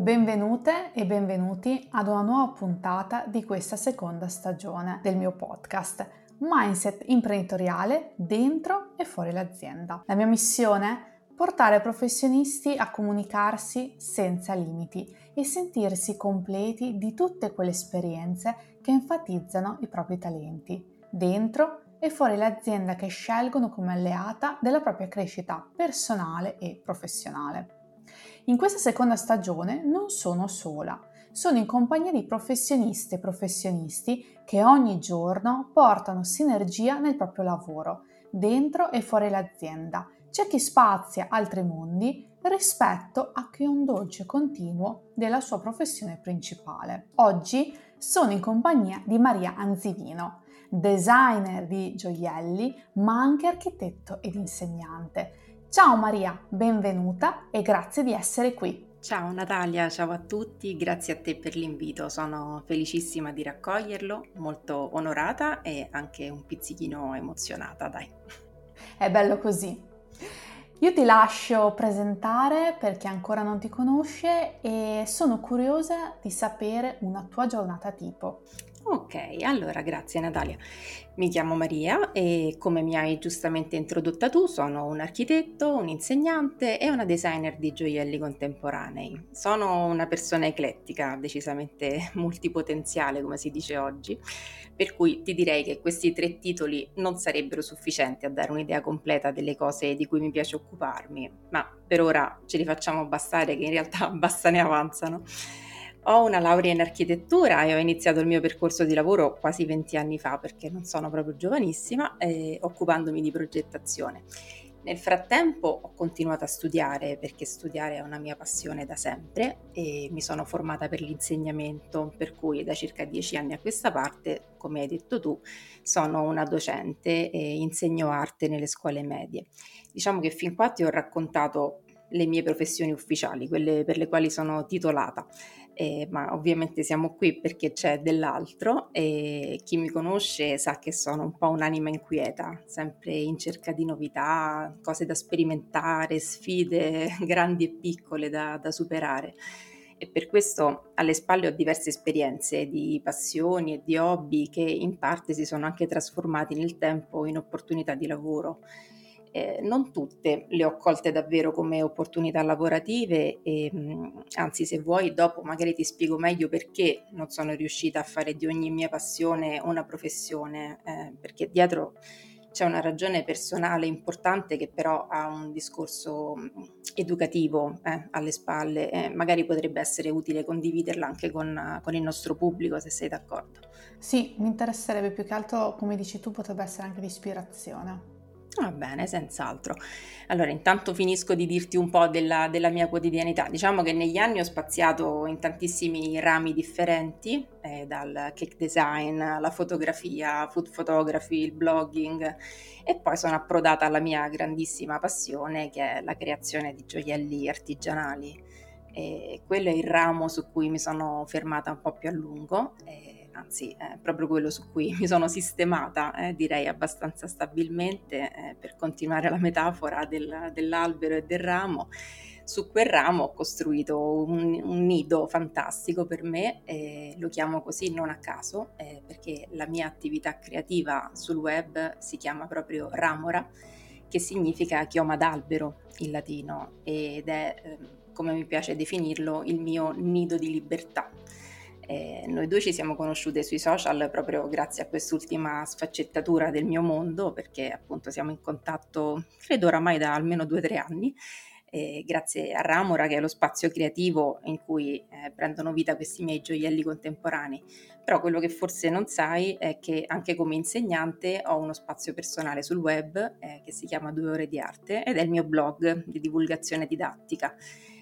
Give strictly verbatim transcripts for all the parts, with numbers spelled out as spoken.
Benvenute e benvenuti ad una nuova puntata di questa seconda stagione del mio podcast Mindset imprenditoriale dentro e fuori l'azienda. La mia missione? Portare professionisti a comunicarsi senza limiti e sentirsi completi di tutte quelle esperienze che enfatizzano i propri talenti, dentro e fuori l'azienda che scelgono come alleata della propria crescita personale e professionale. In questa seconda stagione non sono sola, sono in compagnia di professioniste e professionisti che ogni giorno portano sinergia nel proprio lavoro, dentro e fuori l'azienda. C'è chi spazia altri mondi rispetto a chi è un dolce continuo della sua professione principale. Oggi sono in compagnia di Maria Anzivino, designer di gioielli, ma anche architetto ed insegnante. Ciao Maria, benvenuta e grazie di essere qui. Ciao Natalia, ciao a tutti, grazie a te per l'invito, sono felicissima di raccoglierlo, molto onorata e anche un pizzichino emozionata, dai. È bello così. Io ti lascio presentare per chi ancora non ti conosce e sono curiosa di sapere una tua giornata tipo. Ok, allora grazie Natalia. Mi chiamo Maria e come mi hai giustamente introdotta tu, sono un architetto, un insegnante e una designer di gioielli contemporanei. Sono una persona eclettica, decisamente multipotenziale, come si dice oggi, per cui ti direi che questi tre titoli non sarebbero sufficienti a dare un'idea completa delle cose di cui mi piace occuparmi, ma per ora ce li facciamo bastare, che in realtà basta ne avanzano. Ho una laurea in architettura e ho iniziato il mio percorso di lavoro quasi venti anni fa, perché non sono proprio giovanissima, eh, occupandomi di progettazione. Nel frattempo ho continuato a studiare, perché studiare è una mia passione da sempre, e mi sono formata per l'insegnamento, per cui da circa dieci anni a questa parte, come hai detto tu, sono una docente e insegno arte nelle scuole medie. Diciamo che fin qua ti ho raccontato le mie professioni ufficiali, quelle per le quali sono titolata. Eh, ma ovviamente siamo qui perché c'è dell'altro e chi mi conosce sa che sono un po' un'anima inquieta, sempre in cerca di novità, cose da sperimentare, sfide grandi e piccole da, da superare. E per questo alle spalle ho diverse esperienze di passioni e di hobby che in parte si sono anche trasformati nel tempo in opportunità di lavoro. Eh, non tutte le ho colte davvero come opportunità lavorative e mh, anzi, se vuoi dopo magari ti spiego meglio perché non sono riuscita a fare di ogni mia passione una professione, eh, perché dietro c'è una ragione personale importante che però ha un discorso mh, educativo eh, alle spalle e magari potrebbe essere utile condividerla anche con, con il nostro pubblico, se sei d'accordo. Sì, mi interesserebbe più che altro, come dici tu, potrebbe essere anche di ispirazione. Va bene, senz'altro. Allora, intanto finisco di dirti un po' della, della mia quotidianità. Diciamo che negli anni ho spaziato in tantissimi rami differenti, eh, dal cake design alla fotografia, food photography, il blogging, e poi sono approdata alla mia grandissima passione, che è la creazione di gioielli artigianali. E quello è il ramo su cui mi sono fermata un po' più a lungo. E anzi è proprio quello su cui mi sono sistemata, eh, direi abbastanza stabilmente, eh, per continuare la metafora del, dell'albero e del ramo. Su quel ramo ho costruito un, un nido fantastico per me, e lo chiamo così non a caso, eh, perché la mia attività creativa sul web si chiama proprio Ramora, che significa chioma d'albero in latino ed è, eh, come mi piace definirlo, il mio nido di libertà. Eh, noi due ci siamo conosciute sui social proprio grazie a quest'ultima sfaccettatura del mio mondo, perché appunto siamo in contatto, credo oramai da almeno due o tre anni, eh, grazie a Ramora, che è lo spazio creativo in cui eh, prendono vita questi miei gioielli contemporanei. Però quello che forse non sai è che anche come insegnante ho uno spazio personale sul web, eh, che si chiama Due Ore di Arte, ed è il mio blog di divulgazione didattica.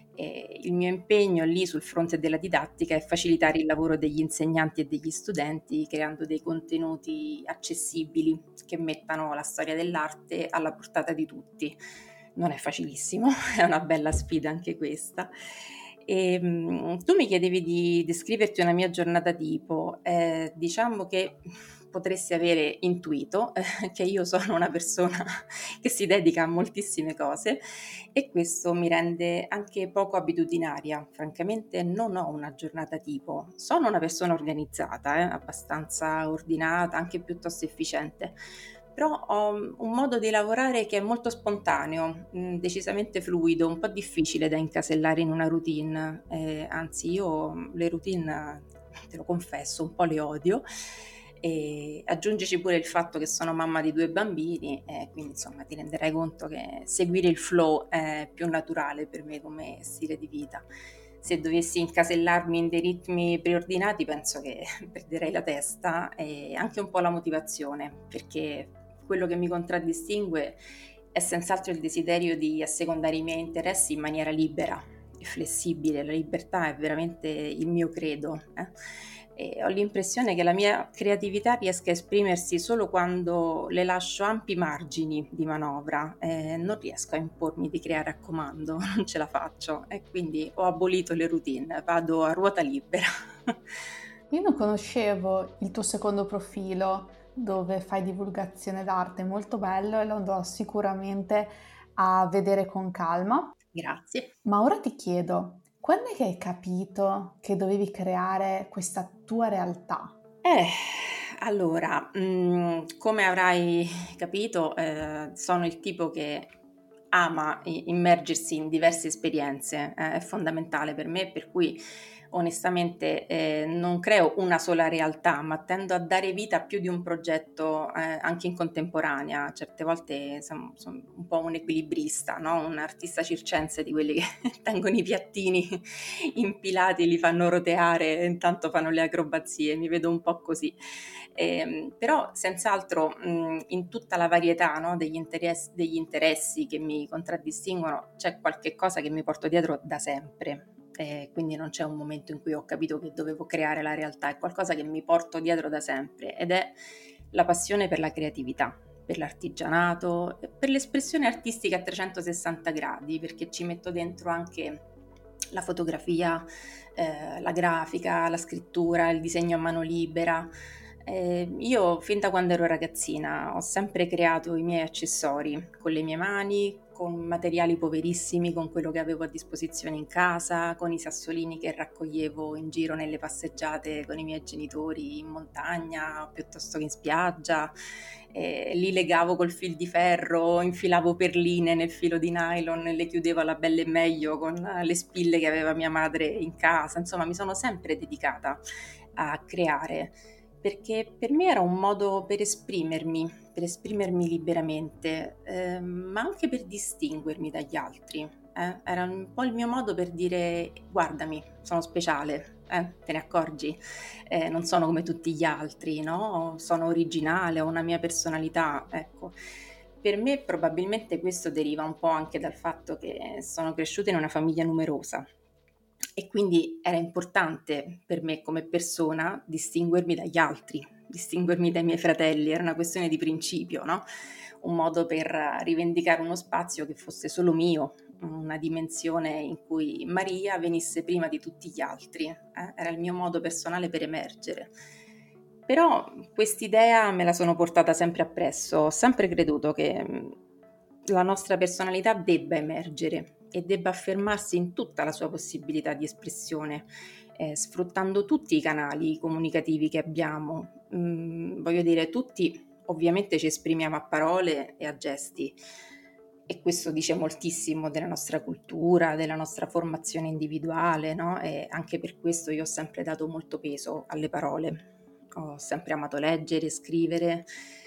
E il mio impegno lì sul fronte della didattica è facilitare il lavoro degli insegnanti e degli studenti, creando dei contenuti accessibili che mettano la storia dell'arte alla portata di tutti. Non è facilissimo, è una bella sfida anche questa. E, um, tu mi chiedevi di descriverti una mia giornata tipo. Eh, diciamo che potresti avere intuito eh, che io sono una persona che si dedica a moltissime cose e questo mi rende anche poco abitudinaria. Francamente non ho una giornata tipo, sono una persona organizzata, eh, abbastanza ordinata, anche piuttosto efficiente, però ho un modo di lavorare che è molto spontaneo, mh, decisamente fluido, un po' difficile da incasellare in una routine, eh, anzi io le routine, te lo confesso, un po' le odio. E aggiungici pure il fatto che sono mamma di due bambini e quindi insomma ti renderai conto che seguire il flow è più naturale per me come stile di vita. Se dovessi incasellarmi in dei ritmi preordinati penso che perderei la testa e anche un po' la motivazione, perché quello che mi contraddistingue è senz'altro il desiderio di assecondare i miei interessi in maniera libera e flessibile. La libertà è veramente il mio credo. Eh? E ho l'impressione che la mia creatività riesca a esprimersi solo quando le lascio ampi margini di manovra. Eh, non riesco a impormi di creare a comando, non ce la faccio e quindi ho abolito le routine, vado a ruota libera. Io non conoscevo il tuo secondo profilo dove fai divulgazione d'arte, molto bello e lo andrò sicuramente a vedere con calma. Grazie. Ma ora ti chiedo, quando è che hai capito che dovevi creare questa tua realtà? Eh, allora, mh, come avrai capito, eh, sono il tipo che ama i- immergersi in diverse esperienze, eh, è fondamentale per me, per cui onestamente eh, non creo una sola realtà, ma tendo a dare vita a più di un progetto eh, anche in contemporanea. Certe volte sono, sono un po' un equilibrista, no? Un artista circense di quelli che tengono i piattini impilati, li fanno roteare e intanto fanno le acrobazie, mi vedo un po' così. Eh, però senz'altro mh, in tutta la varietà, no, degli, interess- degli interessi che mi contraddistinguono c'è qualche cosa che mi porto dietro da sempre. Eh, quindi non c'è un momento in cui ho capito che dovevo creare la realtà, è qualcosa che mi porto dietro da sempre ed è la passione per la creatività, per l'artigianato, per l'espressione artistica a trecentosessanta gradi, perché ci metto dentro anche la fotografia, eh, la grafica, la scrittura, il disegno a mano libera. Eh, io fin da quando ero ragazzina ho sempre creato i miei accessori con le mie mani, con materiali poverissimi, con quello che avevo a disposizione in casa, con i sassolini che raccoglievo in giro nelle passeggiate con i miei genitori in montagna piuttosto che in spiaggia. Eh, li legavo col fil di ferro, infilavo perline nel filo di nylon e le chiudevo alla belle e meglio con le spille che aveva mia madre in casa. Insomma, mi sono sempre dedicata a creare perché per me era un modo per esprimermi, per esprimermi liberamente, eh, ma anche per distinguermi dagli altri. eh. Era un po' il mio modo per dire guardami, sono speciale, eh, te ne accorgi? Eh, non sono come tutti gli altri, no? Sono originale, ho una mia personalità, ecco. Per me probabilmente questo deriva un po' anche dal fatto che sono cresciuta in una famiglia numerosa e quindi era importante per me come persona distinguermi dagli altri, distinguermi dai miei fratelli, era una questione di principio, no? Un modo per rivendicare uno spazio che fosse solo mio, una dimensione in cui Maria venisse prima di tutti gli altri, eh? Era il mio modo personale per emergere. Però quest'idea me la sono portata sempre appresso, ho sempre creduto che mh, la nostra personalità debba emergere e debba affermarsi in tutta la sua possibilità di espressione, eh, sfruttando tutti i canali comunicativi che abbiamo. Mm, voglio dire, tutti ovviamente ci esprimiamo a parole e a gesti e questo dice moltissimo della nostra cultura, della nostra formazione individuale, no? E anche per questo io ho sempre dato molto peso alle parole. Ho sempre amato leggere, scrivere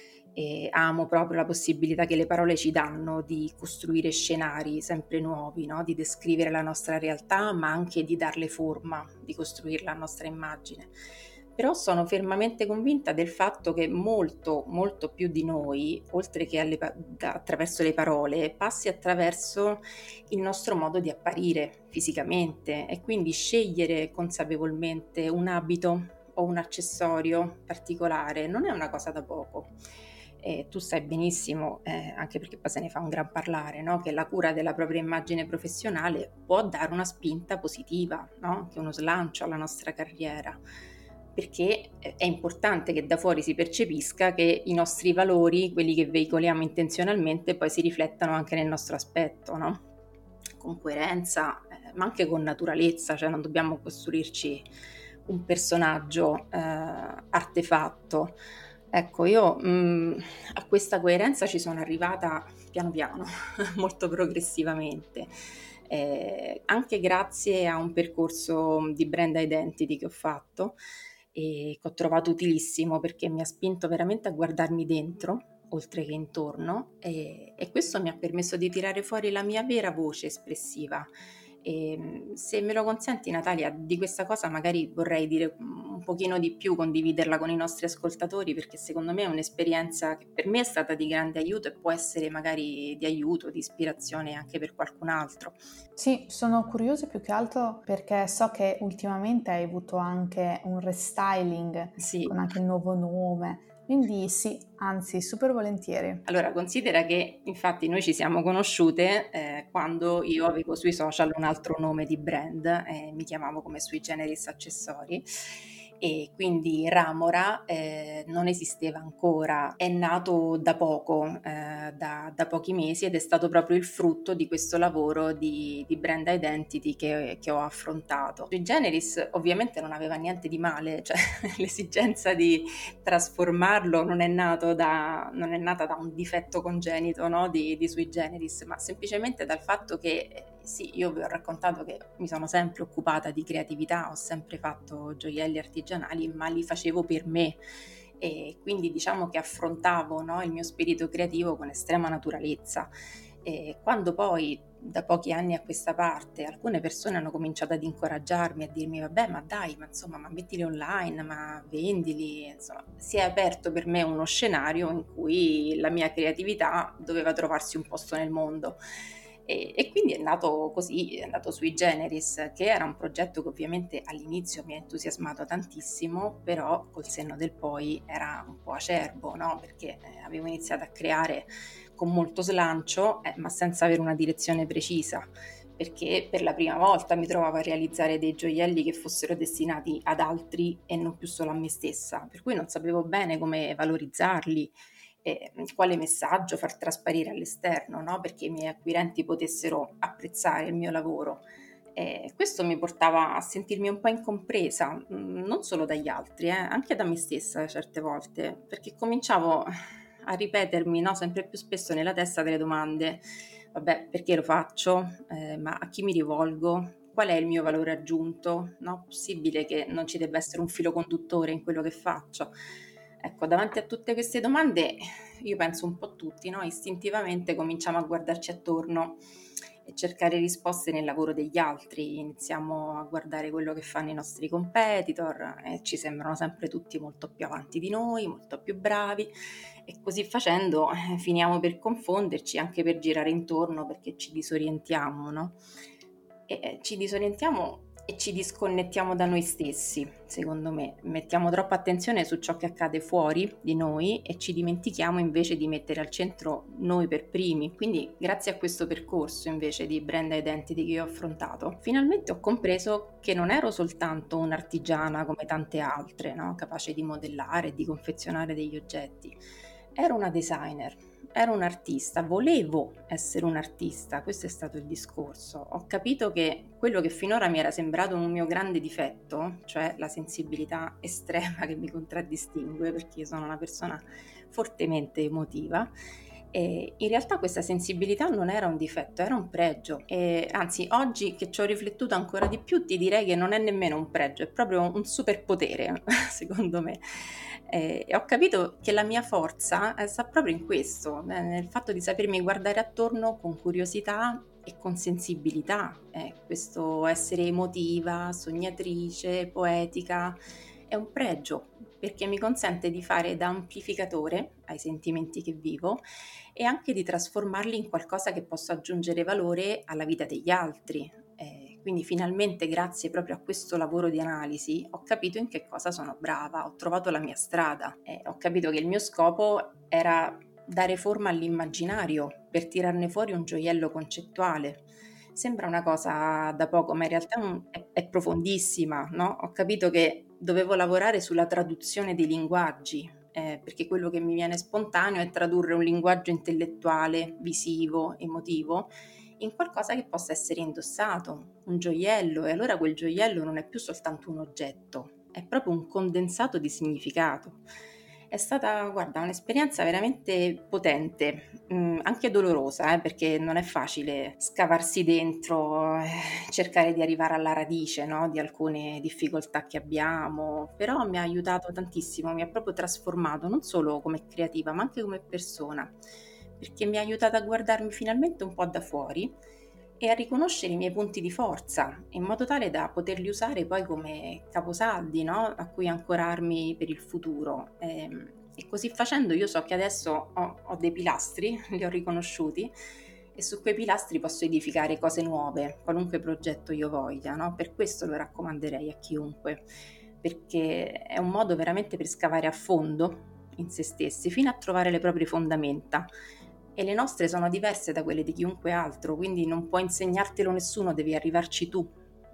e amo proprio la possibilità che le parole ci danno di costruire scenari sempre nuovi, no? Di descrivere la nostra realtà, ma anche di darle forma, di costruire la nostra immagine. Però sono fermamente convinta del fatto che molto, molto più di noi, oltre che alle, attraverso le parole, passi attraverso il nostro modo di apparire fisicamente e quindi scegliere consapevolmente un abito o un accessorio particolare non è una cosa da poco. E tu sai benissimo, eh, anche perché poi se ne fa un gran parlare, no? Che la cura della propria immagine professionale può dare una spinta positiva, no? Che uno slancio alla nostra carriera. perché è importante che da fuori si percepisca che i nostri valori, quelli che veicoliamo intenzionalmente, poi si riflettano anche nel nostro aspetto, no? Con coerenza, eh, ma anche con naturalezza, cioè non dobbiamo costruirci un personaggio eh, artefatto. Ecco, io mh, a questa coerenza ci sono arrivata piano piano, molto progressivamente, eh, anche grazie a un percorso di brand identity che ho fatto e che ho trovato utilissimo perché mi ha spinto veramente a guardarmi dentro oltre che intorno e, e questo mi ha permesso di tirare fuori la mia vera voce espressiva. E, se me lo consenti Natalia, di questa cosa magari vorrei dire un pochino di più, condividerla con i nostri ascoltatori perché secondo me è un'esperienza che per me è stata di grande aiuto e può essere magari di aiuto, di ispirazione anche per qualcun altro. Sì, sono curiosa più che altro perché so che ultimamente hai avuto anche un restyling Sì. con anche il nuovo nome. Quindi sì, anzi, super volentieri. Allora, considera che infatti noi ci siamo conosciute eh, quando io avevo sui social un altro nome di brand, eh, mi chiamavo come Sui Generis Accessori e quindi Ramora eh, non esisteva ancora, è nato da poco, eh, da, da pochi mesi ed è stato proprio il frutto di questo lavoro di, di brand identity che, che ho affrontato. Sui Generis ovviamente non aveva niente di male, cioè l'esigenza di trasformarlo non è nato da, non è nata da un difetto congenito, no, di, di Sui Generis, ma semplicemente dal fatto che eh, sì, io vi ho raccontato che mi sono sempre occupata di creatività, ho sempre fatto gioielli artigianali, ma li facevo per me e quindi diciamo che affrontavo, no, il mio spirito creativo con estrema naturalezza. E quando poi da pochi anni a questa parte alcune persone hanno cominciato ad incoraggiarmi, a dirmi vabbè ma dai, ma insomma ma mettili online, ma vendili, insomma si è aperto per me uno scenario in cui la mia creatività doveva trovarsi un posto nel mondo. E, e quindi è nato così, è nato Sui Generis, che era un progetto che ovviamente all'inizio mi ha entusiasmato tantissimo, però col senno del poi era un po' acerbo, no? Perché eh, avevo iniziato a creare con molto slancio, eh, ma senza avere una direzione precisa, perché per la prima volta mi trovavo a realizzare dei gioielli che fossero destinati ad altri e non più solo a me stessa, per cui non sapevo bene come valorizzarli, eh, quale messaggio far trasparire all'esterno, no? Perché i miei acquirenti potessero apprezzare il mio lavoro. Eh, questo mi portava a sentirmi un po' incompresa, mh, non solo dagli altri, eh, anche da me stessa certe volte, perché cominciavo a ripetermi, no, sempre più spesso nella testa delle domande, vabbè, perché lo faccio? Eh, ma a chi mi rivolgo? Qual è il mio valore aggiunto? No? Possibile che non ci debba essere un filo conduttore in quello che faccio? Ecco, davanti a tutte queste domande, io penso un po' tutti, no? Istintivamente cominciamo a guardarci attorno e cercare risposte nel lavoro degli altri, iniziamo a guardare quello che fanno i nostri competitor e ci sembrano sempre tutti molto più avanti di noi, molto più bravi e così facendo eh, finiamo per confonderci, anche per girare intorno perché ci disorientiamo, no? E eh, ci disorientiamo e ci disconnettiamo da noi stessi, secondo me. Mettiamo troppa attenzione su ciò che accade fuori di noi e ci dimentichiamo invece di mettere al centro noi per primi. Quindi, grazie a questo percorso invece di brand identity che ho affrontato, finalmente ho compreso che non ero soltanto un'artigiana come tante altre, no? Capace di modellare e di confezionare degli oggetti. Ero una designer. Ero un artista, volevo essere un artista, questo è stato il discorso. Ho capito che quello che finora mi era sembrato un mio grande difetto, cioè la sensibilità estrema che mi contraddistingue, perché io sono una persona fortemente emotiva, e in realtà questa sensibilità non era un difetto, era un pregio. E anzi, oggi che ci ho riflettuto ancora di più, ti direi che non è nemmeno un pregio, è proprio un superpotere, secondo me. E ho capito che la mia forza eh, sta proprio in questo, eh, nel fatto di sapermi guardare attorno con curiosità e con sensibilità. Eh, questo essere emotiva, sognatrice, poetica è un pregio perché mi consente di fare da amplificatore ai sentimenti che vivo e anche di trasformarli in qualcosa che possa aggiungere valore alla vita degli altri. Eh, quindi finalmente grazie proprio a questo lavoro di analisi ho capito in che cosa sono brava, ho trovato la mia strada, eh, ho capito che il mio scopo era dare forma all'immaginario per tirarne fuori un gioiello concettuale. Sembra una cosa da poco, ma in realtà è, è profondissima, no? Ho capito che dovevo lavorare sulla traduzione dei linguaggi, eh, perché quello che mi viene spontaneo è tradurre un linguaggio intellettuale, visivo, emotivo, in qualcosa che possa essere indossato, un gioiello, e allora quel gioiello non è più soltanto un oggetto, è proprio un condensato di significato. È stata, guarda, un'esperienza veramente potente, mh, anche dolorosa, eh, perché non è facile scavarsi dentro, eh, cercare di arrivare alla radice, no, di alcune difficoltà che abbiamo, però mi ha aiutato tantissimo, mi ha proprio trasformato, non solo come creativa, ma anche come persona, perché mi ha aiutato a guardarmi finalmente un po' da fuori e a riconoscere i miei punti di forza, in modo tale da poterli usare poi come caposaldi, no? A cui ancorarmi per il futuro. Ehm, E, così facendo io so che adesso ho, ho dei pilastri, li ho riconosciuti, e su quei pilastri posso edificare cose nuove, qualunque progetto io voglia, no? Per questo lo raccomanderei a chiunque, perché è un modo veramente per scavare a fondo in se stessi, fino a trovare le proprie fondamenta. E le nostre sono diverse da quelle di chiunque altro, quindi non può insegnartelo nessuno, devi arrivarci tu.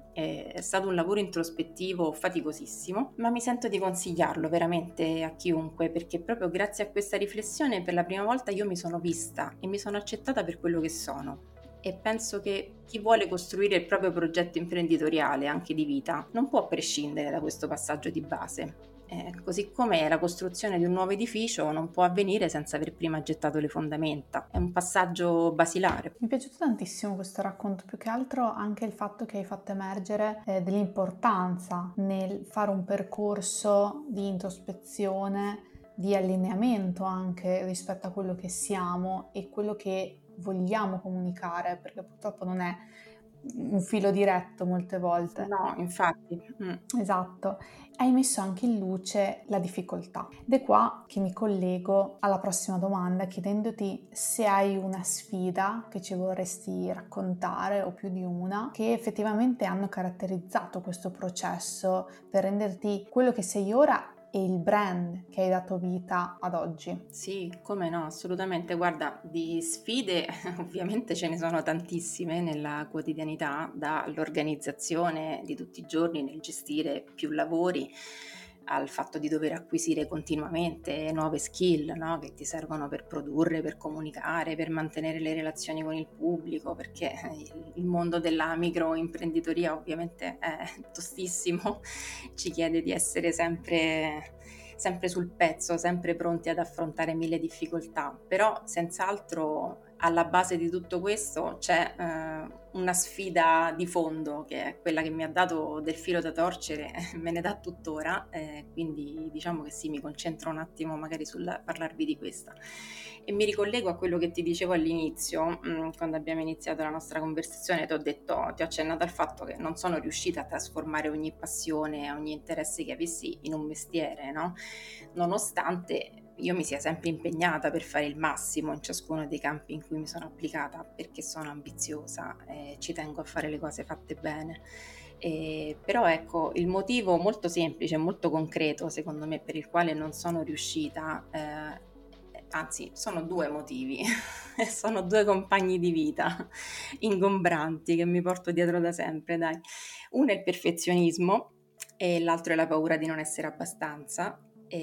È stato un lavoro introspettivo faticosissimo, ma mi sento di consigliarlo veramente a chiunque, perché proprio grazie a questa riflessione per la prima volta io mi sono vista e mi sono accettata per quello che sono. E penso che chi vuole costruire il proprio progetto imprenditoriale, anche di vita, non può prescindere da questo passaggio di base. Eh, così come la costruzione di un nuovo edificio non può avvenire senza aver prima gettato le fondamenta. È un passaggio basilare. Mi è piaciuto tantissimo questo racconto, più che altro anche il fatto che hai fatto emergere eh, dell'importanza nel fare un percorso di introspezione, di allineamento anche rispetto a quello che siamo e quello che vogliamo comunicare, perché purtroppo non è un filo diretto molte volte. No, infatti. Mm. Esatto. Hai messo anche in luce la difficoltà. Ed è qua che mi collego alla prossima domanda, chiedendoti se hai una sfida che ci vorresti raccontare, o più di una, che effettivamente hanno caratterizzato questo processo per renderti quello che sei ora e il brand che hai dato vita ad oggi. Sì, come no, assolutamente. Guarda, di sfide ovviamente ce ne sono tantissime nella quotidianità, dall'organizzazione di tutti i giorni nel gestire più lavori, al fatto di dover acquisire continuamente nuove skill, no? Che ti servono per produrre, per comunicare, per mantenere le relazioni con il pubblico, perché il, il mondo della microimprenditoria ovviamente è tostissimo, ci chiede di essere sempre sempre sul pezzo, sempre pronti ad affrontare mille difficoltà, però senz'altro alla base di tutto questo c'è eh, una sfida di fondo, che è quella che mi ha dato del filo da torcere, me ne dà tuttora, eh, quindi diciamo che sì, mi concentro un attimo magari sul parlarvi di questa. E mi ricollego a quello che ti dicevo all'inizio, mh, quando abbiamo iniziato la nostra conversazione, ti ho detto, ti ho accennato al fatto che non sono riuscita a trasformare ogni passione, ogni interesse che avessi in un mestiere, no? Nonostante io mi sia sempre impegnata per fare il massimo in ciascuno dei campi in cui mi sono applicata, perché sono ambiziosa e ci tengo a fare le cose fatte bene. E, però ecco, il motivo molto semplice e molto concreto, secondo me, per il quale non sono riuscita, eh, anzi sono due motivi, sono due compagni di vita ingombranti che mi porto dietro da sempre, dai. Uno è il perfezionismo e l'altro è la paura di non essere abbastanza.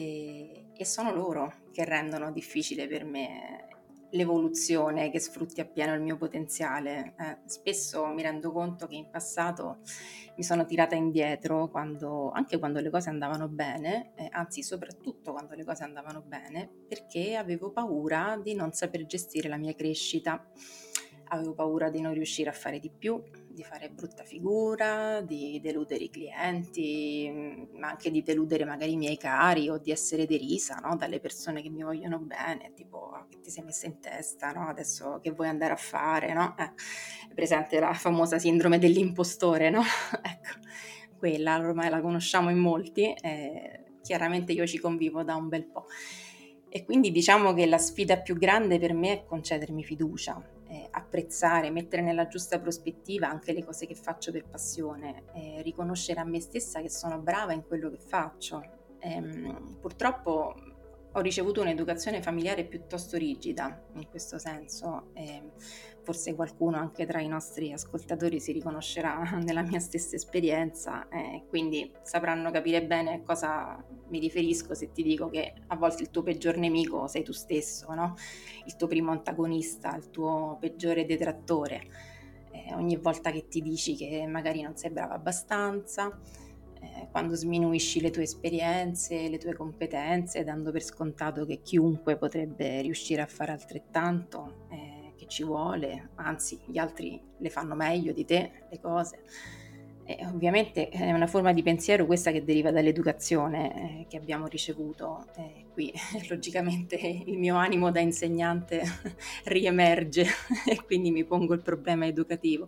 E, e sono loro che rendono difficile per me l'evoluzione, che sfrutti appieno il mio potenziale. Eh, spesso mi rendo conto che in passato mi sono tirata indietro quando, anche quando le cose andavano bene, eh, anzi soprattutto quando le cose andavano bene, perché avevo paura di non saper gestire la mia crescita. Avevo paura di non riuscire a fare di più, di fare brutta figura, di deludere i clienti, ma anche di deludere magari i miei cari, o di essere derisa, no? Dalle persone che mi vogliono bene, tipo "Ah, che ti sei messa in testa, no? Adesso che vuoi andare a fare, no?" Eh, è presente la famosa sindrome dell'impostore, no? Ecco, quella ormai la conosciamo in molti, eh, chiaramente io ci convivo da un bel po'. E quindi diciamo che la sfida più grande per me è concedermi fiducia, eh, apprezzare, mettere nella giusta prospettiva anche le cose che faccio per passione, eh, riconoscere a me stessa che sono brava in quello che faccio. Ehm, purtroppo ho ricevuto un'educazione familiare piuttosto rigida in questo senso, e forse qualcuno anche tra i nostri ascoltatori si riconoscerà nella mia stessa esperienza, e quindi sapranno capire bene a cosa mi riferisco se ti dico che a volte il tuo peggior nemico sei tu stesso, no? Il tuo primo antagonista, il tuo peggiore detrattore. Eh, ogni volta che ti dici che magari non sei brava abbastanza, eh, quando sminuisci le tue esperienze, le tue competenze, dando per scontato che chiunque potrebbe riuscire a fare altrettanto, eh, che ci vuole, anzi gli altri le fanno meglio di te le cose. E ovviamente è una forma di pensiero questa che deriva dall'educazione eh, che abbiamo ricevuto. Eh, qui logicamente il mio animo da insegnante riemerge e quindi mi pongo il problema educativo.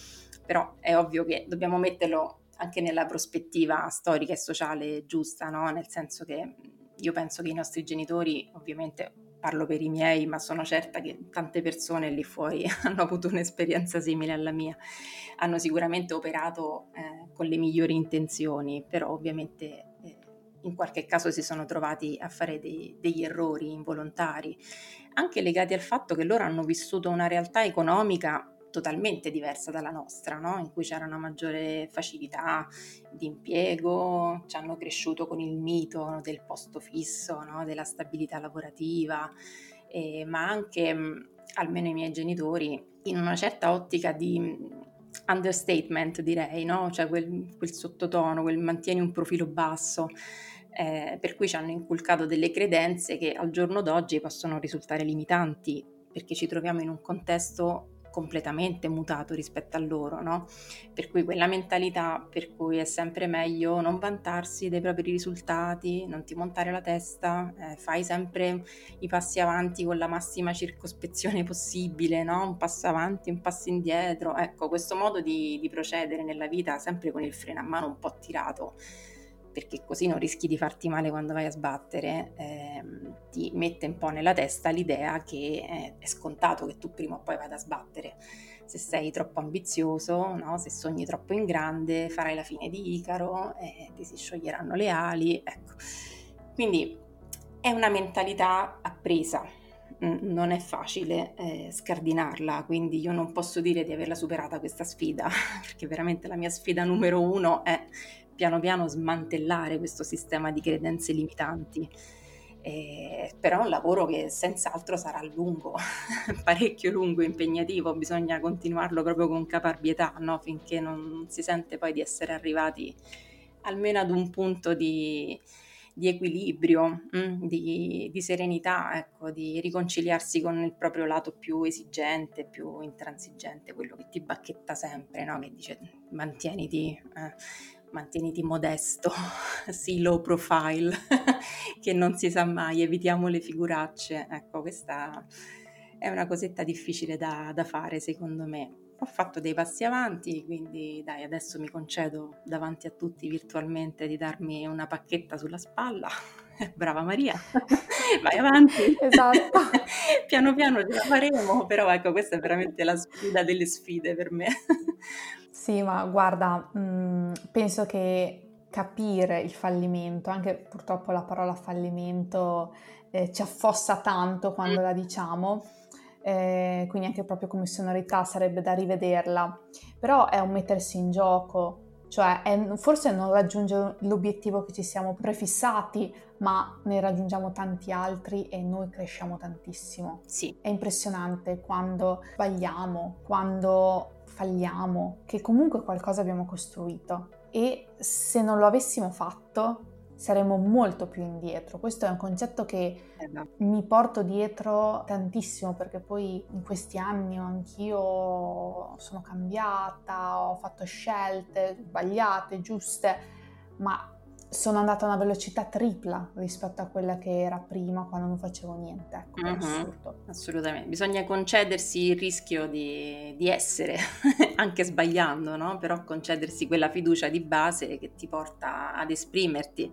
Però è ovvio che dobbiamo metterlo anche nella prospettiva storica e sociale giusta, no? Nel senso che io penso che i nostri genitori, ovviamente parlo per i miei, ma sono certa che tante persone lì fuori hanno avuto un'esperienza simile alla mia, hanno sicuramente operato eh, con le migliori intenzioni, però ovviamente eh, in qualche caso si sono trovati a fare dei, degli errori involontari, anche legati al fatto che loro hanno vissuto una realtà economica totalmente diversa dalla nostra, no? In cui c'era una maggiore facilità di impiego, ci hanno cresciuto con il mito del posto fisso, no? Della stabilità lavorativa, eh, ma anche, mh, almeno i miei genitori, in una certa ottica di mh, understatement, direi, no? Cioè quel, quel sottotono, quel mantieni un profilo basso, eh, per cui ci hanno inculcato delle credenze che al giorno d'oggi possono risultare limitanti, perché ci troviamo in un contesto completamente mutato rispetto a loro, no? Per cui quella mentalità per cui è sempre meglio non vantarsi dei propri risultati, non ti montare la testa, eh, fai sempre i passi avanti con la massima circospezione possibile, no? Un passo avanti, un passo indietro. Ecco, questo modo di, di procedere nella vita sempre con il freno a mano un po' tirato, perché così non rischi di farti male quando vai a sbattere, ehm, ti mette un po' nella testa l'idea che è, è scontato che tu prima o poi vada a sbattere. Se sei troppo ambizioso, no? Se sogni troppo in grande, farai la fine di Icaro e ti si scioglieranno le ali. Ecco. Quindi è una mentalità appresa, non è facile eh, scardinarla, quindi io non posso dire di averla superata questa sfida, perché veramente la mia sfida numero uno è piano piano smantellare questo sistema di credenze limitanti. Eh, però è un lavoro che senz'altro sarà lungo, parecchio lungo, impegnativo, bisogna continuarlo proprio con caparbietà, no? Finché non si sente poi di essere arrivati almeno ad un punto di, di equilibrio, mh, di, di serenità, ecco, di riconciliarsi con il proprio lato più esigente, più intransigente, quello che ti bacchetta sempre, no? Che dice mantieniti... Eh, mantieniti modesto, sì, low profile, che non si sa mai, evitiamo le figuracce. Ecco, questa è una cosetta difficile da, da fare, secondo me. Ho fatto dei passi avanti, quindi dai, adesso mi concedo davanti a tutti virtualmente di darmi una pacchetta sulla spalla. Brava Maria, vai avanti. Esatto. Piano piano ce la faremo, però ecco, questa è veramente la sfida delle sfide per me. Sì, ma guarda, mh, penso che capire il fallimento, anche purtroppo la parola fallimento eh, ci affossa tanto quando la diciamo, eh, quindi anche proprio come sonorità sarebbe da rivederla, però è un mettersi in gioco, cioè è, forse non raggiunge l'obiettivo che ci siamo prefissati, ma ne raggiungiamo tanti altri e noi cresciamo tantissimo. Sì. È impressionante quando sbagliamo, quando falliamo, che comunque qualcosa abbiamo costruito, e se non lo avessimo fatto saremmo molto più indietro. Questo è un concetto che mi porto dietro tantissimo, perché poi in questi anni anch'io sono cambiata, ho fatto scelte sbagliate, giuste, ma sono andata a una velocità tripla rispetto a quella che era prima, quando non facevo niente. Ecco, è Mhm, assurdo. assolutamente, bisogna concedersi il rischio di, di essere, anche sbagliando, no? Però concedersi quella fiducia di base che ti porta ad esprimerti.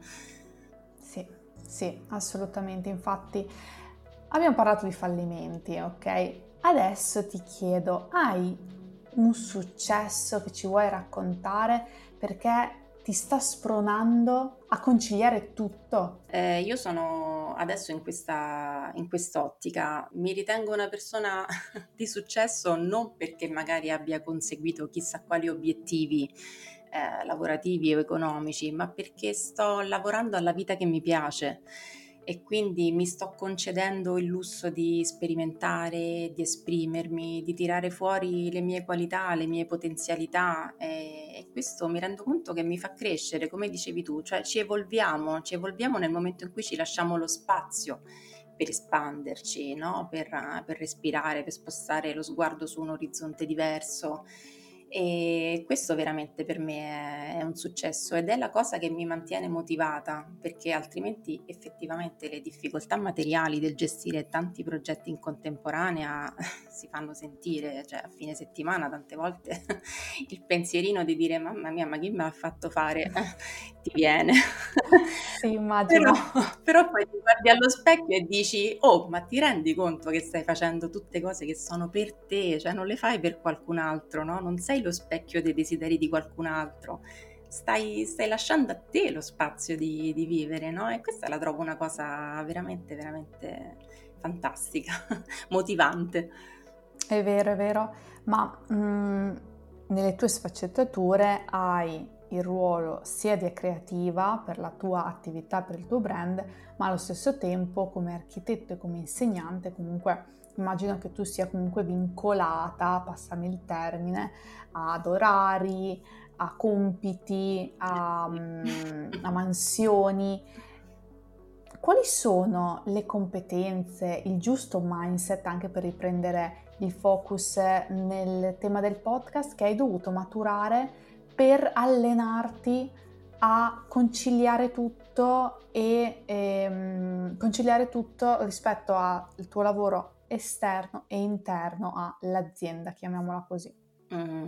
Sì, sì, assolutamente. Infatti abbiamo parlato di fallimenti, ok? Adesso ti chiedo, hai un successo che ci vuoi raccontare? Perché ti sta spronando a conciliare tutto? Eh, io sono adesso in questa, in quest'ottica, mi ritengo una persona di successo non perché magari abbia conseguito chissà quali obiettivi eh, lavorativi o economici, ma perché sto lavorando alla vita che mi piace e quindi mi sto concedendo il lusso di sperimentare, di esprimermi, di tirare fuori le mie qualità, le mie potenzialità e, e questo mi rendo conto che mi fa crescere, come dicevi tu, cioè ci evolviamo, ci evolviamo nel momento in cui ci lasciamo lo spazio per espanderci, no? Per, per respirare, per spostare lo sguardo su un orizzonte diverso. E questo veramente per me è, è un successo ed è la cosa che mi mantiene motivata, perché altrimenti effettivamente le difficoltà materiali del gestire tanti progetti in contemporanea si fanno sentire, cioè a fine settimana tante volte il pensierino di dire mamma mia, ma chi me l'ha fatto fare? Ti viene. Sì, immagino. Però, però poi ti guardi allo specchio e dici, oh, ma ti rendi conto che stai facendo tutte cose che sono per te, cioè non le fai per qualcun altro, no? Non sei lo specchio dei desideri di qualcun altro, stai, stai lasciando a te lo spazio di, di vivere, no? E questa la trovo una cosa veramente, veramente fantastica, motivante. È vero, è vero, ma mm, nelle tue sfaccettature hai il ruolo sia di creativa per la tua attività, per il tuo brand, ma allo stesso tempo come architetto e come insegnante comunque immagino che tu sia comunque vincolata, passami il termine, ad orari, a compiti, a, Sì. mm, a mansioni. Quali sono le competenze, il giusto mindset anche per riprendere il focus nel tema del podcast che hai dovuto maturare per allenarti a conciliare tutto e ehm, conciliare tutto rispetto al tuo lavoro esterno e interno all'azienda, chiamiamola così. Mm.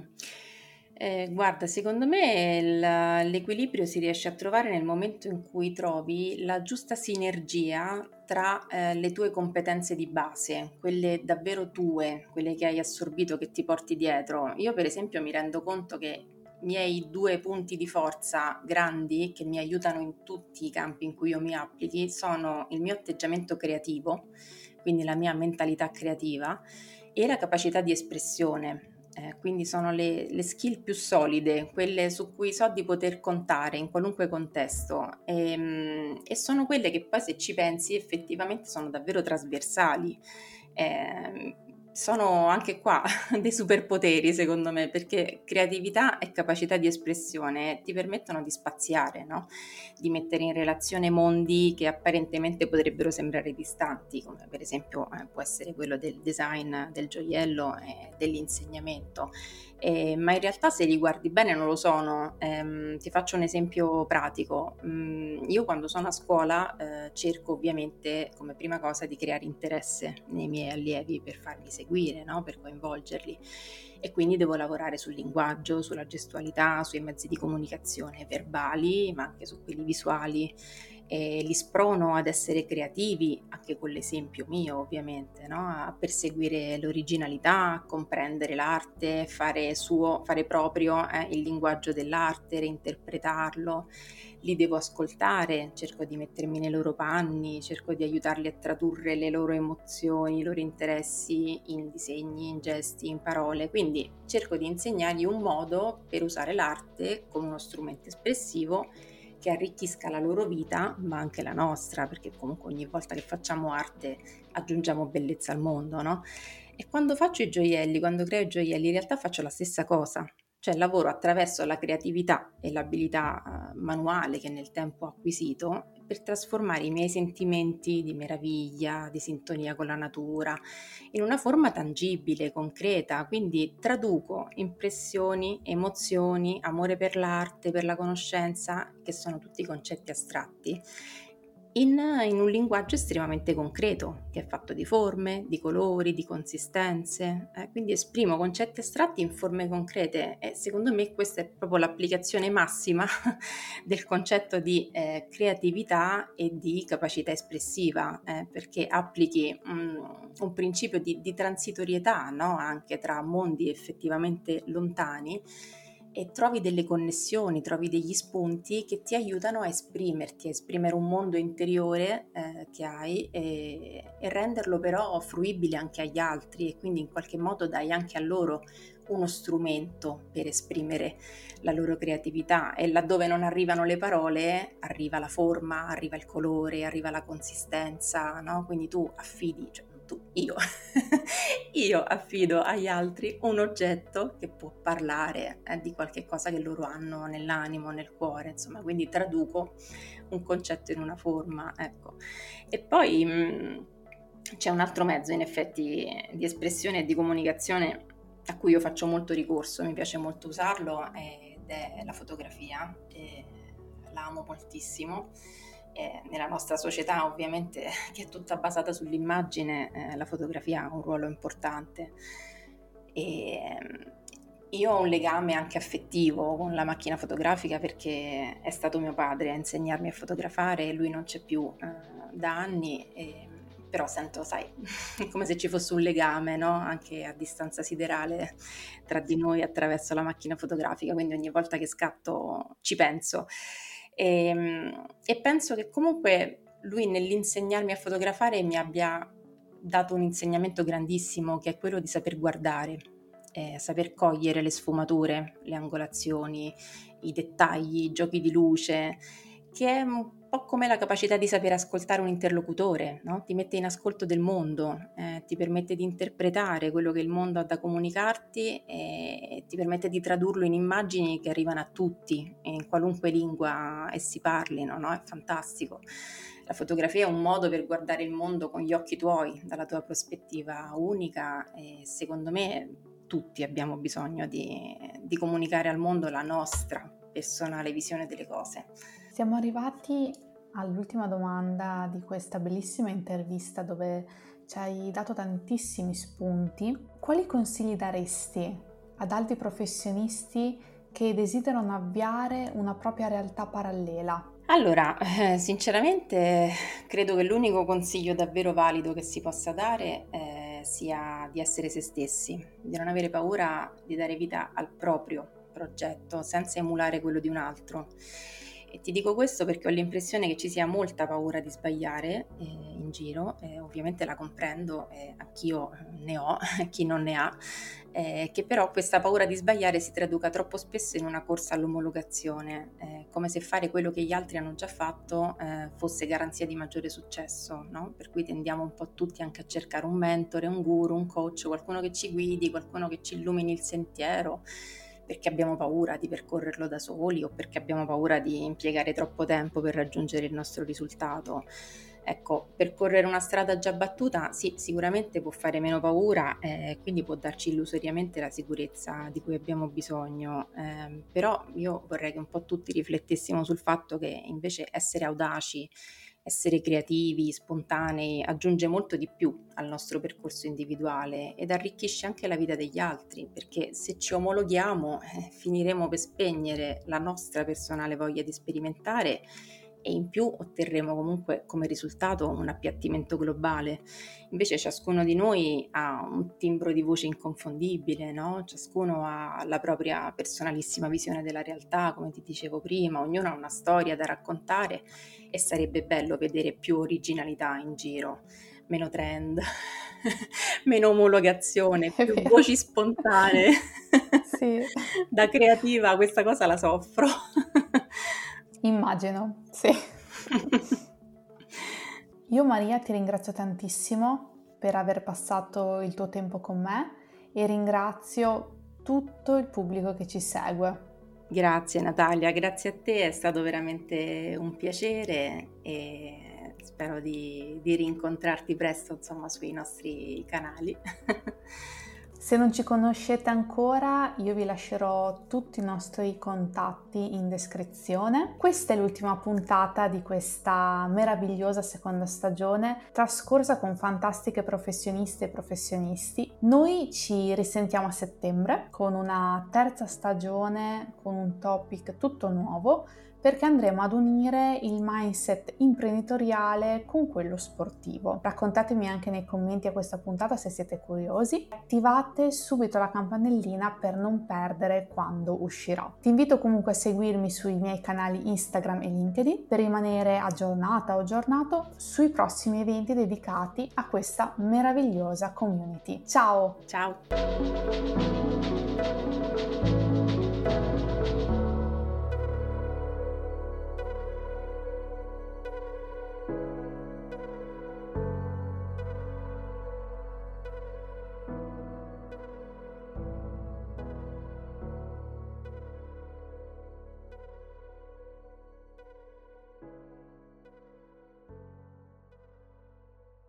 Eh, guarda, secondo me il- l'equilibrio si riesce a trovare nel momento in cui trovi la giusta sinergia tra eh, le tue competenze di base, quelle davvero tue, quelle che hai assorbito, che ti porti dietro. Io, per esempio, mi rendo conto che i miei due punti di forza grandi che mi aiutano in tutti i campi in cui io mi applichi sono il mio atteggiamento creativo, quindi la mia mentalità creativa e la capacità di espressione. Eh, quindi sono le, le skill più solide, quelle su cui so di poter contare in qualunque contesto e, mm, e sono quelle che poi se ci pensi effettivamente sono davvero trasversali. Eh, sono anche qua dei superpoteri secondo me perché creatività e capacità di espressione ti permettono di spaziare, no? Di mettere in relazione mondi che apparentemente potrebbero sembrare distanti, come per esempio eh, può essere quello del design, del gioiello e dell'insegnamento. Eh, ma in realtà se li guardi bene non lo sono. Ehm, ti faccio un esempio pratico. Mm, io quando sono a scuola eh, cerco ovviamente come prima cosa di creare interesse nei miei allievi per farli seguire, no? Per coinvolgerli e quindi devo lavorare sul linguaggio, sulla gestualità, sui mezzi di comunicazione verbali, ma anche su quelli visuali. E li sprono ad essere creativi, anche con l'esempio mio ovviamente, no? A perseguire l'originalità, a comprendere l'arte, fare suo, fare proprio eh, il linguaggio dell'arte, reinterpretarlo. Li devo ascoltare, cerco di mettermi nei loro panni, cerco di aiutarli a tradurre le loro emozioni, i loro interessi in disegni, in gesti, in parole. Quindi cerco di insegnargli un modo per usare l'arte come uno strumento espressivo che arricchisca la loro vita, ma anche la nostra, perché comunque ogni volta che facciamo arte aggiungiamo bellezza al mondo, no? E quando faccio i gioielli, quando creo i gioielli, in realtà faccio la stessa cosa, cioè lavoro attraverso la creatività e l'abilità eh, manuale che nel tempo ho acquisito per trasformare i miei sentimenti di meraviglia, di sintonia con la natura, in una forma tangibile, concreta, quindi traduco impressioni, emozioni, amore per l'arte, per la conoscenza, che sono tutti concetti astratti, in, in un linguaggio estremamente concreto, che è fatto di forme, di colori, di consistenze, eh, quindi esprimo concetti astratti in forme concrete e secondo me questa è proprio l'applicazione massima del concetto di eh, creatività e di capacità espressiva, eh, perché applichi um, un principio di, di transitorietà, no? Anche tra mondi effettivamente lontani e trovi delle connessioni, trovi degli spunti che ti aiutano a esprimerti, a esprimere un mondo interiore eh, che hai e, e renderlo però fruibile anche agli altri, e quindi in qualche modo dai anche a loro uno strumento per esprimere la loro creatività, e laddove non arrivano le parole arriva la forma, arriva il colore, arriva la consistenza, no? Quindi tu affidi, cioè tu, io, io affido agli altri un oggetto che può parlare eh, di qualche cosa che loro hanno nell'animo, nel cuore, insomma, quindi traduco un concetto in una forma, ecco. E poi mh, c'è un altro mezzo in effetti di espressione e di comunicazione a cui io faccio molto ricorso, mi piace molto usarlo, ed è la fotografia, e la amo moltissimo. Eh, nella nostra società ovviamente, che è tutta basata sull'immagine, eh, la fotografia ha un ruolo importante, e io ho un legame anche affettivo con la macchina fotografica perché è stato mio padre a insegnarmi a fotografare, e lui non c'è più eh, da anni, e, però sento, sai, come se ci fosse un legame, no? Anche a distanza siderale tra di noi attraverso la macchina fotografica, quindi ogni volta che scatto ci penso. E, e penso che comunque lui nell'insegnarmi a fotografare mi abbia dato un insegnamento grandissimo, che è quello di saper guardare, eh, saper cogliere le sfumature, le angolazioni, i dettagli, i giochi di luce, che è un po' come la capacità di saper ascoltare un interlocutore, no? Ti mette in ascolto del mondo, eh, ti permette di interpretare quello che il mondo ha da comunicarti e ti permette di tradurlo in immagini che arrivano a tutti, in qualunque lingua essi parlino, no? È fantastico. La fotografia è un modo per guardare il mondo con gli occhi tuoi, dalla tua prospettiva unica, e secondo me tutti abbiamo bisogno di, di comunicare al mondo la nostra personale visione delle cose. Siamo arrivati all'ultima domanda di questa bellissima intervista, dove ci hai dato tantissimi spunti. Quali consigli daresti ad altri professionisti che desiderano avviare una propria realtà parallela? Allora, eh, sinceramente credo che l'unico consiglio davvero valido che si possa dare eh, sia di essere se stessi, di non avere paura di dare vita al proprio progetto senza emulare quello di un altro. E ti dico questo perché ho l'impressione che ci sia molta paura di sbagliare eh, in giro, eh, ovviamente la comprendo, eh, anch'io ne ho, chi non ne ha, eh, che però questa paura di sbagliare si traduca troppo spesso in una corsa all'omologazione, eh, come se fare quello che gli altri hanno già fatto eh, fosse garanzia di maggiore successo, no? Per cui tendiamo un po' tutti anche a cercare un mentore, un guru, un coach, qualcuno che ci guidi, qualcuno che ci illumini il sentiero, perché abbiamo paura di percorrerlo da soli o perché abbiamo paura di impiegare troppo tempo per raggiungere il nostro risultato. Ecco, percorrere una strada già battuta sì, sicuramente può fare meno paura, eh, quindi può darci illusoriamente la sicurezza di cui abbiamo bisogno, eh, però io vorrei che un po' tutti riflettessimo sul fatto che invece essere audaci, essere creativi, spontanei, aggiunge molto di più al nostro percorso individuale ed arricchisce anche la vita degli altri, perché se ci omologhiamo eh, finiremo per spegnere la nostra personale voglia di sperimentare, e in più otterremo comunque come risultato un appiattimento globale. Invece ciascuno di noi ha un timbro di voce inconfondibile, no? Ciascuno ha la propria personalissima visione della realtà, come ti dicevo prima, ognuno ha una storia da raccontare, e sarebbe bello vedere più originalità in giro, meno trend, meno omologazione, È più vero. voci spontanee. Sì. Da creativa questa cosa la soffro. Immagino, sì. Io Maria ti ringrazio tantissimo per aver passato il tuo tempo con me e ringrazio tutto il pubblico che ci segue. Grazie Natalia, grazie a te, è stato veramente un piacere e spero di, di rincontrarti presto, insomma, sui nostri canali. Se non ci conoscete ancora, io vi lascerò tutti i nostri contatti in descrizione. Questa è l'ultima puntata di questa meravigliosa seconda stagione, trascorsa con fantastiche professioniste e professionisti. Noi ci risentiamo a settembre con una terza stagione, con un topic tutto nuovo, perché andremo ad unire il mindset imprenditoriale con quello sportivo. Raccontatemi anche nei commenti a questa puntata se siete curiosi. Attivate subito la campanellina per non perdere quando uscirà. Ti invito comunque a seguirmi sui miei canali Instagram e LinkedIn per rimanere aggiornata o aggiornato sui prossimi eventi dedicati a questa meravigliosa community. Ciao! Ciao!